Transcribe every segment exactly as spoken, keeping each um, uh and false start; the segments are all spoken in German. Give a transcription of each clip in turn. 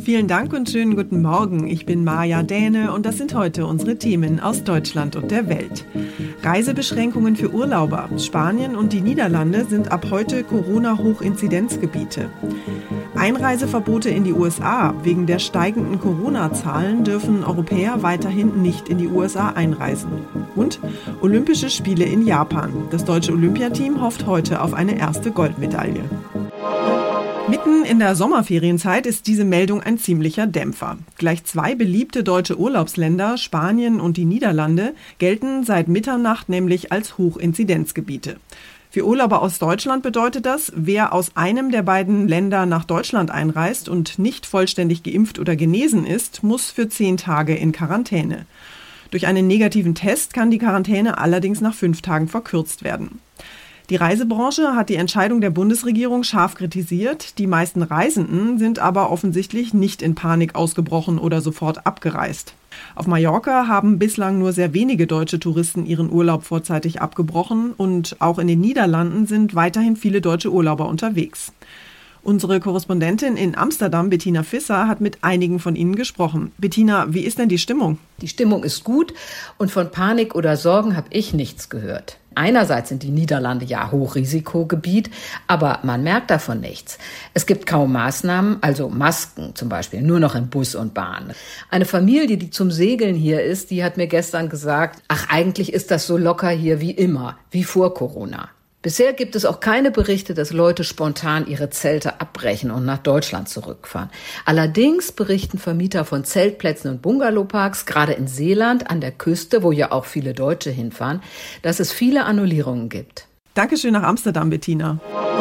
Vielen Dank und schönen guten Morgen. Ich bin Maja Däne und das sind heute unsere Themen aus Deutschland und der Welt. Reisebeschränkungen für Urlauber. Spanien und die Niederlande sind ab heute Corona-Hochinzidenzgebiete. Einreiseverbote in die U S A. Wegen der steigenden Corona-Zahlen dürfen Europäer weiterhin nicht in die U S A einreisen. Und Olympische Spiele in Japan. Das deutsche Olympiateam hofft heute auf eine erste Goldmedaille. Mitten in der Sommerferienzeit ist diese Meldung ein ziemlicher Dämpfer. Gleich zwei beliebte deutsche Urlaubsländer, Spanien und die Niederlande, gelten seit Mitternacht nämlich als Hochinzidenzgebiete. Für Urlauber aus Deutschland bedeutet das, wer aus einem der beiden Länder nach Deutschland einreist und nicht vollständig geimpft oder genesen ist, muss für zehn Tage in Quarantäne. Durch einen negativen Test kann die Quarantäne allerdings nach fünf Tagen verkürzt werden. Die Reisebranche hat die Entscheidung der Bundesregierung scharf kritisiert. Die meisten Reisenden sind aber offensichtlich nicht in Panik ausgebrochen oder sofort abgereist. Auf Mallorca haben bislang nur sehr wenige deutsche Touristen ihren Urlaub vorzeitig abgebrochen und auch in den Niederlanden sind weiterhin viele deutsche Urlauber unterwegs. Unsere Korrespondentin in Amsterdam, Bettina Visser, hat mit einigen von ihnen gesprochen. Bettina, wie ist denn die Stimmung? Die Stimmung ist gut und von Panik oder Sorgen habe ich nichts gehört. Einerseits sind die Niederlande ja Hochrisikogebiet, aber man merkt davon nichts. Es gibt kaum Maßnahmen, also Masken zum Beispiel, nur noch in Bus und Bahn. Eine Familie, die zum Segeln hier ist, die hat mir gestern gesagt, ach, eigentlich ist das so locker hier wie immer, wie vor Corona. Bisher gibt es auch keine Berichte, dass Leute spontan ihre Zelte abbrechen und nach Deutschland zurückfahren. Allerdings berichten Vermieter von Zeltplätzen und Bungalowparks, gerade in Seeland an der Küste, wo ja auch viele Deutsche hinfahren, dass es viele Annullierungen gibt. Dankeschön nach Amsterdam, Bettina.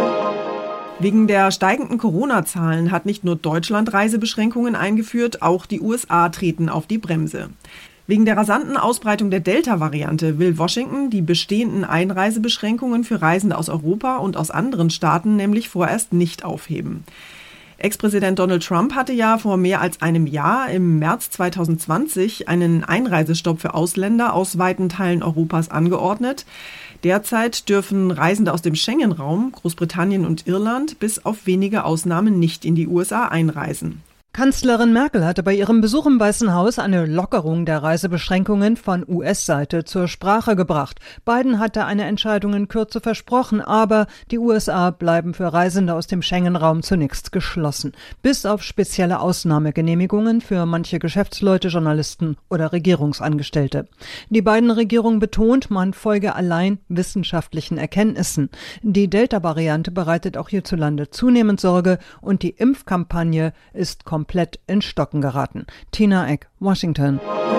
Wegen der steigenden Corona-Zahlen hat nicht nur Deutschland Reisebeschränkungen eingeführt, auch die U S A treten auf die Bremse. Wegen der rasanten Ausbreitung der Delta-Variante will Washington die bestehenden Einreisebeschränkungen für Reisende aus Europa und aus anderen Staaten nämlich vorerst nicht aufheben. Ex-Präsident Donald Trump hatte ja vor mehr als einem Jahr, im März zwanzig zwanzig, einen Einreisestopp für Ausländer aus weiten Teilen Europas angeordnet. Derzeit dürfen Reisende aus dem Schengen-Raum, Großbritannien und Irland bis auf wenige Ausnahmen nicht in die U S A einreisen. Kanzlerin Merkel hatte bei ihrem Besuch im Weißen Haus eine Lockerung der Reisebeschränkungen von U S-Seite zur Sprache gebracht. Biden hatte eine Entscheidung in Kürze versprochen, aber die U S A bleiben für Reisende aus dem Schengen-Raum zunächst geschlossen, bis auf spezielle Ausnahmegenehmigungen für manche Geschäftsleute, Journalisten oder Regierungsangestellte. Die Biden-Regierung betont, man folge allein wissenschaftlichen Erkenntnissen. Die Delta-Variante bereitet auch hierzulande zunehmend Sorge und die Impfkampagne ist komplett komplett in Stocken geraten. Tina Eck, Washington.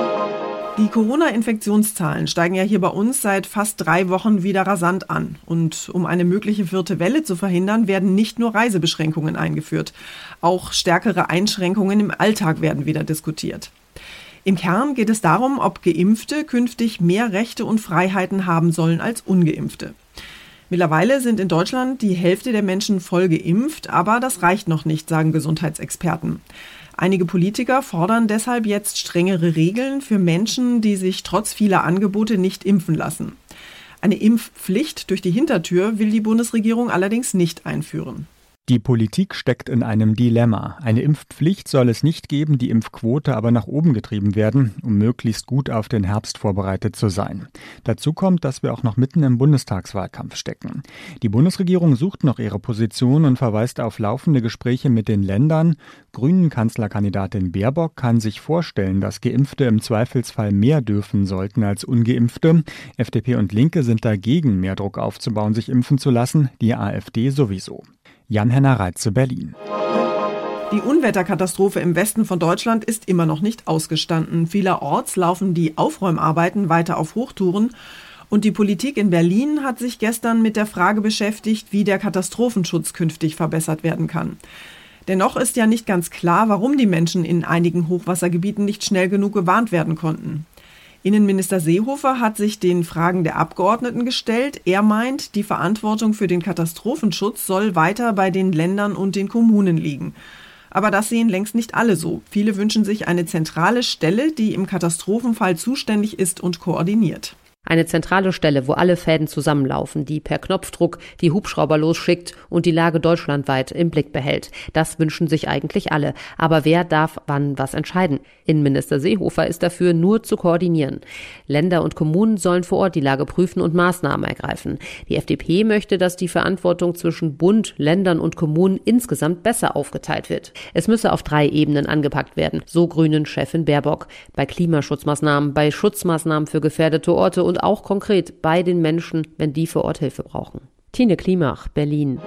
Die Corona-Infektionszahlen steigen ja hier bei uns seit fast drei Wochen wieder rasant an. Und um eine mögliche vierte Welle zu verhindern, werden nicht nur Reisebeschränkungen eingeführt. Auch stärkere Einschränkungen im Alltag werden wieder diskutiert. Im Kern geht es darum, ob Geimpfte künftig mehr Rechte und Freiheiten haben sollen als Ungeimpfte. Mittlerweile sind in Deutschland die Hälfte der Menschen voll geimpft, aber das reicht noch nicht, sagen Gesundheitsexperten. Einige Politiker fordern deshalb jetzt strengere Regeln für Menschen, die sich trotz vieler Angebote nicht impfen lassen. Eine Impfpflicht durch die Hintertür will die Bundesregierung allerdings nicht einführen. Die Politik steckt in einem Dilemma. Eine Impfpflicht soll es nicht geben, die Impfquote aber nach oben getrieben werden, um möglichst gut auf den Herbst vorbereitet zu sein. Dazu kommt, dass wir auch noch mitten im Bundestagswahlkampf stecken. Die Bundesregierung sucht noch ihre Position und verweist auf laufende Gespräche mit den Ländern. Grünen-Kanzlerkandidatin Baerbock kann sich vorstellen, dass Geimpfte im Zweifelsfall mehr dürfen sollten als Ungeimpfte. F D P und Linke sind dagegen, mehr Druck aufzubauen, sich impfen zu lassen, die AfD sowieso. Jan-Henner Reitze, Berlin. Die Unwetterkatastrophe im Westen von Deutschland ist immer noch nicht ausgestanden. Vielerorts laufen die Aufräumarbeiten weiter auf Hochtouren. Und die Politik in Berlin hat sich gestern mit der Frage beschäftigt, wie der Katastrophenschutz künftig verbessert werden kann. Dennoch ist ja nicht ganz klar, warum die Menschen in einigen Hochwassergebieten nicht schnell genug gewarnt werden konnten. Innenminister Seehofer hat sich den Fragen der Abgeordneten gestellt. Er meint, die Verantwortung für den Katastrophenschutz soll weiter bei den Ländern und den Kommunen liegen. Aber das sehen längst nicht alle so. Viele wünschen sich eine zentrale Stelle, die im Katastrophenfall zuständig ist und koordiniert. Eine zentrale Stelle, wo alle Fäden zusammenlaufen, die per Knopfdruck die Hubschrauber losschickt und die Lage deutschlandweit im Blick behält. Das wünschen sich eigentlich alle. Aber wer darf wann was entscheiden? Innenminister Seehofer ist dafür, nur zu koordinieren. Länder und Kommunen sollen vor Ort die Lage prüfen und Maßnahmen ergreifen. Die F D P möchte, dass die Verantwortung zwischen Bund, Ländern und Kommunen insgesamt besser aufgeteilt wird. Es müsse auf drei Ebenen angepackt werden, so Grünen-Chefin Baerbock. Bei Klimaschutzmaßnahmen, bei Schutzmaßnahmen für gefährdete Orte und auch konkret bei den Menschen, wenn die vor Ort Hilfe brauchen. Tine Klimach, Berlin.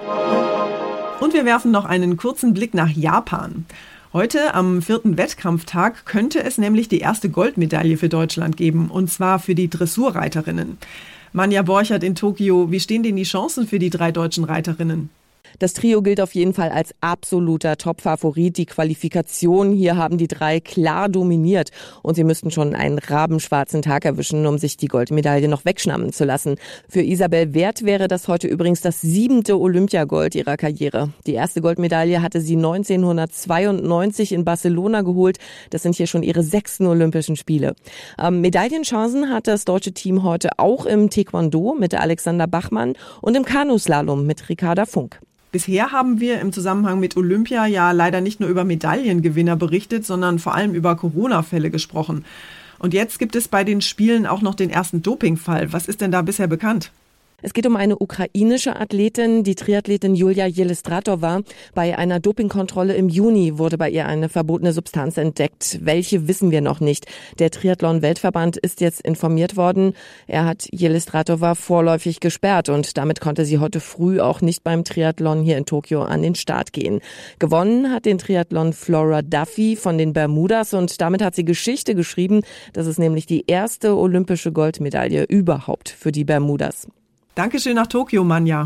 Und wir werfen noch einen kurzen Blick nach Japan. Heute, am vierten Wettkampftag, könnte es nämlich die erste Goldmedaille für Deutschland geben, und zwar für die Dressurreiterinnen. Manja Borchert in Tokio, wie stehen denn die Chancen für die drei deutschen Reiterinnen? Das Trio gilt auf jeden Fall als absoluter Top-Favorit. Die Qualifikation hier haben die drei klar dominiert. Und sie müssten schon einen rabenschwarzen Tag erwischen, um sich die Goldmedaille noch wegschnappen zu lassen. Für Isabel Werth wäre das heute übrigens das siebente Olympiagold ihrer Karriere. Die erste Goldmedaille hatte sie neunzehnhundertzweiundneunzig in Barcelona geholt. Das sind hier schon ihre sechsten Olympischen Spiele. Ähm, Medaillenchancen hat das deutsche Team heute auch im Taekwondo mit Alexander Bachmann und im Kanuslalom mit Ricarda Funk. Bisher haben wir im Zusammenhang mit Olympia ja leider nicht nur über Medaillengewinner berichtet, sondern vor allem über Corona-Fälle gesprochen. Und jetzt gibt es bei den Spielen auch noch den ersten Dopingfall. Was ist denn da bisher bekannt? Es geht um eine ukrainische Athletin, die Triathletin Julia Jelistratova. Bei einer Dopingkontrolle im Juni wurde bei ihr eine verbotene Substanz entdeckt. Welche wissen wir noch nicht. Der Triathlon-Weltverband ist jetzt informiert worden. Er hat Jelistratova vorläufig gesperrt und damit konnte sie heute früh auch nicht beim Triathlon hier in Tokio an den Start gehen. Gewonnen hat den Triathlon Flora Duffy von den Bermudas und damit hat sie Geschichte geschrieben. Das ist nämlich die erste olympische Goldmedaille überhaupt für die Bermudas. Dankeschön nach Tokio, Manja.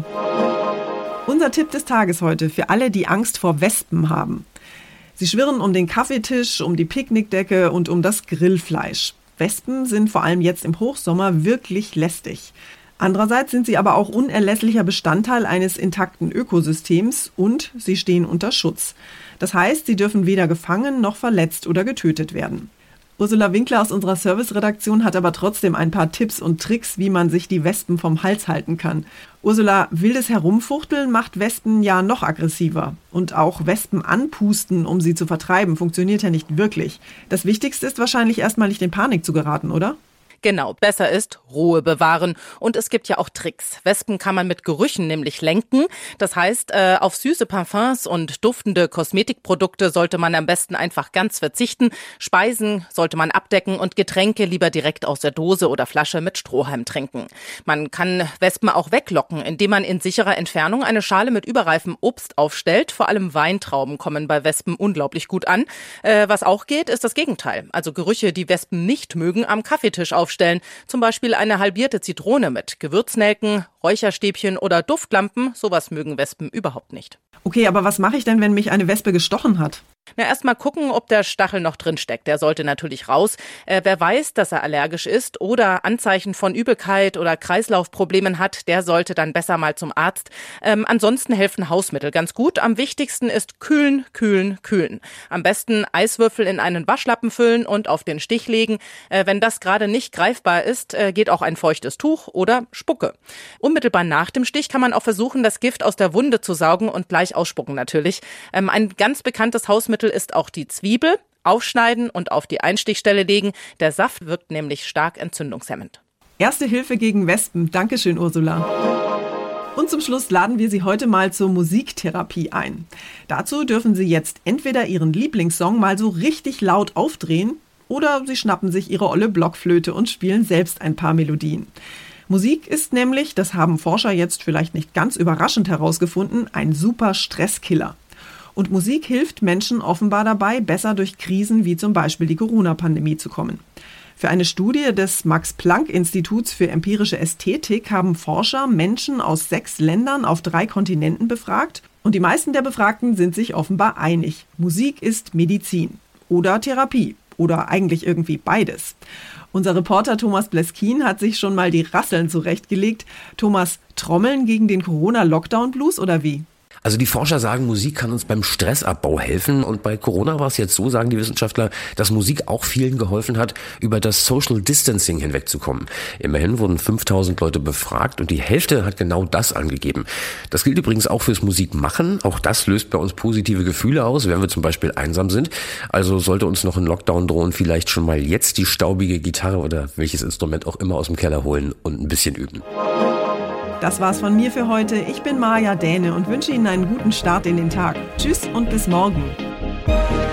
Unser Tipp des Tages heute für alle, die Angst vor Wespen haben. Sie schwirren um den Kaffeetisch, um die Picknickdecke und um das Grillfleisch. Wespen sind vor allem jetzt im Hochsommer wirklich lästig. Andererseits sind sie aber auch unerlässlicher Bestandteil eines intakten Ökosystems und sie stehen unter Schutz. Das heißt, sie dürfen weder gefangen noch verletzt oder getötet werden. Ursula Winkler aus unserer Serviceredaktion hat aber trotzdem ein paar Tipps und Tricks, wie man sich die Wespen vom Hals halten kann. Ursula, wildes Herumfuchteln macht Wespen ja noch aggressiver. Und auch Wespen anpusten, um sie zu vertreiben, funktioniert ja nicht wirklich. Das Wichtigste ist wahrscheinlich erstmal nicht in Panik zu geraten, oder? Genau, besser ist Ruhe bewahren. Und es gibt ja auch Tricks. Wespen kann man mit Gerüchen nämlich lenken. Das heißt, äh, auf süße Parfums und duftende Kosmetikprodukte sollte man am besten einfach ganz verzichten. Speisen sollte man abdecken und Getränke lieber direkt aus der Dose oder Flasche mit Strohhalm trinken. Man kann Wespen auch weglocken, indem man in sicherer Entfernung eine Schale mit überreifem Obst aufstellt. Vor allem Weintrauben kommen bei Wespen unglaublich gut an. Äh, was auch geht, ist das Gegenteil. Also Gerüche, die Wespen nicht mögen, am Kaffeetisch aufstellen. Zum Beispiel eine halbierte Zitrone mit Gewürznelken, Räucherstäbchen oder Duftlampen. Sowas mögen Wespen überhaupt nicht. Okay, aber was mache ich denn, wenn mich eine Wespe gestochen hat? Na, erst mal gucken, ob der Stachel noch drin steckt. Der sollte natürlich raus. Äh, wer weiß, dass er allergisch ist oder Anzeichen von Übelkeit oder Kreislaufproblemen hat, der sollte dann besser mal zum Arzt. Ähm, ansonsten helfen Hausmittel ganz gut. Am wichtigsten ist kühlen, kühlen, kühlen. Am besten Eiswürfel in einen Waschlappen füllen und auf den Stich legen. Äh, wenn das gerade nicht greifbar ist, äh, geht auch ein feuchtes Tuch oder Spucke. Unmittelbar nach dem Stich kann man auch versuchen, das Gift aus der Wunde zu saugen und gleich ausspucken natürlich. Ähm, ein ganz bekanntes Hausmittel ist auch die Zwiebel. Aufschneiden und auf die Einstichstelle legen. Der Saft wirkt nämlich stark entzündungshemmend. Erste Hilfe gegen Wespen. Dankeschön, Ursula. Und zum Schluss laden wir Sie heute mal zur Musiktherapie ein. Dazu dürfen Sie jetzt entweder Ihren Lieblingssong mal so richtig laut aufdrehen oder Sie schnappen sich Ihre olle Blockflöte und spielen selbst ein paar Melodien. Musik ist nämlich, das haben Forscher jetzt vielleicht nicht ganz überraschend herausgefunden, ein super Stresskiller. Und Musik hilft Menschen offenbar dabei, besser durch Krisen wie zum Beispiel die Corona-Pandemie zu kommen. Für eine Studie des Max-Planck-Instituts für empirische Ästhetik haben Forscher Menschen aus sechs Ländern auf drei Kontinenten befragt. Und die meisten der Befragten sind sich offenbar einig. Musik ist Medizin oder Therapie oder eigentlich irgendwie beides. Unser Reporter Thomas Bleskin hat sich schon mal die Rasseln zurechtgelegt. Thomas, Trommeln gegen den Corona-Lockdown-Blues oder wie? Also die Forscher sagen, Musik kann uns beim Stressabbau helfen. Und bei Corona war es jetzt so, sagen die Wissenschaftler, dass Musik auch vielen geholfen hat, über das Social Distancing hinwegzukommen. Immerhin wurden fünftausend Leute befragt und die Hälfte hat genau das angegeben. Das gilt übrigens auch fürs Musikmachen. Auch das löst bei uns positive Gefühle aus, wenn wir zum Beispiel einsam sind. Also sollte uns noch ein Lockdown drohen, vielleicht schon mal jetzt die staubige Gitarre oder welches Instrument auch immer aus dem Keller holen und ein bisschen üben. Das war's von mir für heute. Ich bin Maja Däne und wünsche Ihnen einen guten Start in den Tag. Tschüss und bis morgen.